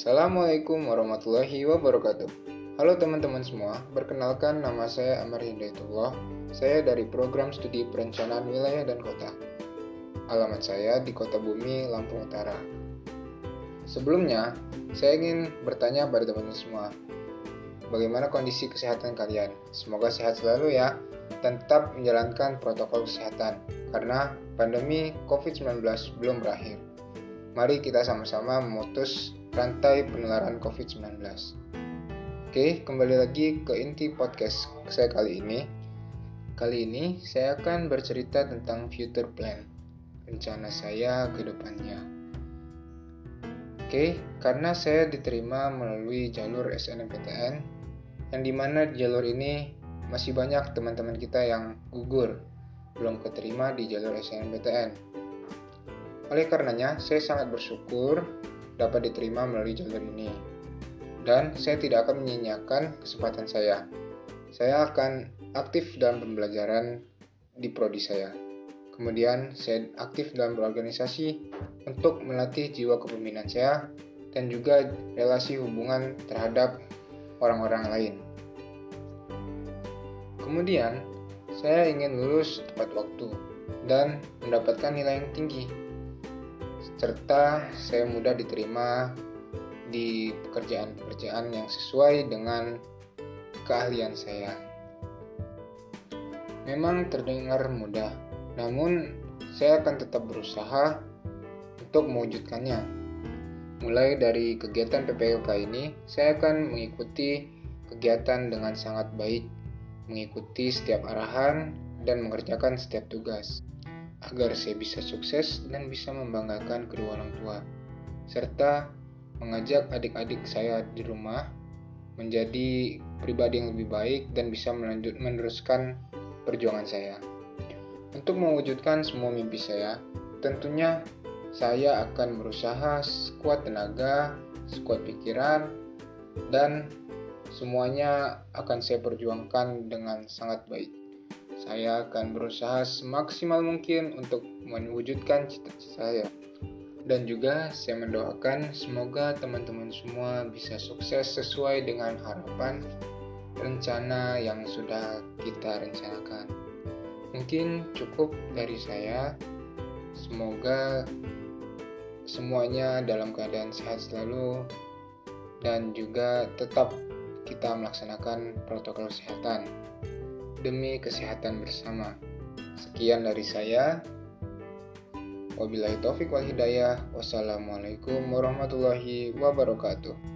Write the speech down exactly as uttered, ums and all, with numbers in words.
Assalamualaikum warahmatullahi wabarakatuh. Halo teman-teman semua, perkenalkan nama saya Amar Hidayatullah. Saya dari program studi perencanaan wilayah dan kota. Alamat saya di Kota Bumi, Lampung Utara. Sebelumnya, saya ingin bertanya pada teman-teman semua, bagaimana kondisi kesehatan kalian? Semoga sehat selalu ya, dan tetap menjalankan protokol kesehatan, karena pandemi covid sembilan belas belum berakhir. Mari kita sama-sama memutus rantai penularan covid sembilan belas. Oke, kembali lagi ke inti podcast saya kali ini. Kali ini saya akan bercerita tentang future plan, rencana saya ke depannya. Oke, karena saya diterima melalui jalur S N M P T N, yang dimana di jalur ini masih banyak teman-teman kita yang gugur, belum keterima di jalur S N M P T N. Oleh karenanya, saya sangat bersyukur dapat diterima melalui jalur ini. Dan saya tidak akan menyia-nyiakan kesempatan saya. Saya akan aktif dalam pembelajaran di prodi saya. Kemudian, saya aktif dalam berorganisasi untuk melatih jiwa kepemimpinan saya dan juga relasi hubungan terhadap orang-orang lain. Kemudian, saya ingin lulus tepat waktu dan mendapatkan nilai yang tinggi, serta saya mudah diterima di pekerjaan-pekerjaan yang sesuai dengan keahlian saya. Memang terdengar mudah, namun saya akan tetap berusaha untuk mewujudkannya. Mulai dari kegiatan P P L K ini, saya akan mengikuti kegiatan dengan sangat baik, mengikuti setiap arahan, dan mengerjakan setiap tugas, agar saya bisa sukses dan bisa membanggakan kedua orang tua, serta mengajak adik-adik saya di rumah menjadi pribadi yang lebih baik dan bisa melanjut meneruskan perjuangan saya. Untuk mewujudkan semua mimpi saya, tentunya saya akan berusaha sekuat tenaga, sekuat pikiran, dan semuanya akan saya perjuangkan dengan sangat baik. Saya akan berusaha semaksimal mungkin untuk mewujudkan cita-cita saya. Dan juga saya mendoakan semoga teman-teman semua bisa sukses sesuai dengan harapan rencana yang sudah kita rencanakan. Mungkin cukup dari saya. Semoga semuanya dalam keadaan sehat selalu dan juga tetap kita melaksanakan protokol kesehatan demi kesehatan bersama. Sekian dari saya. Wabillahi taufik wal hidayah. Wassalamualaikum warahmatullahi wabarakatuh.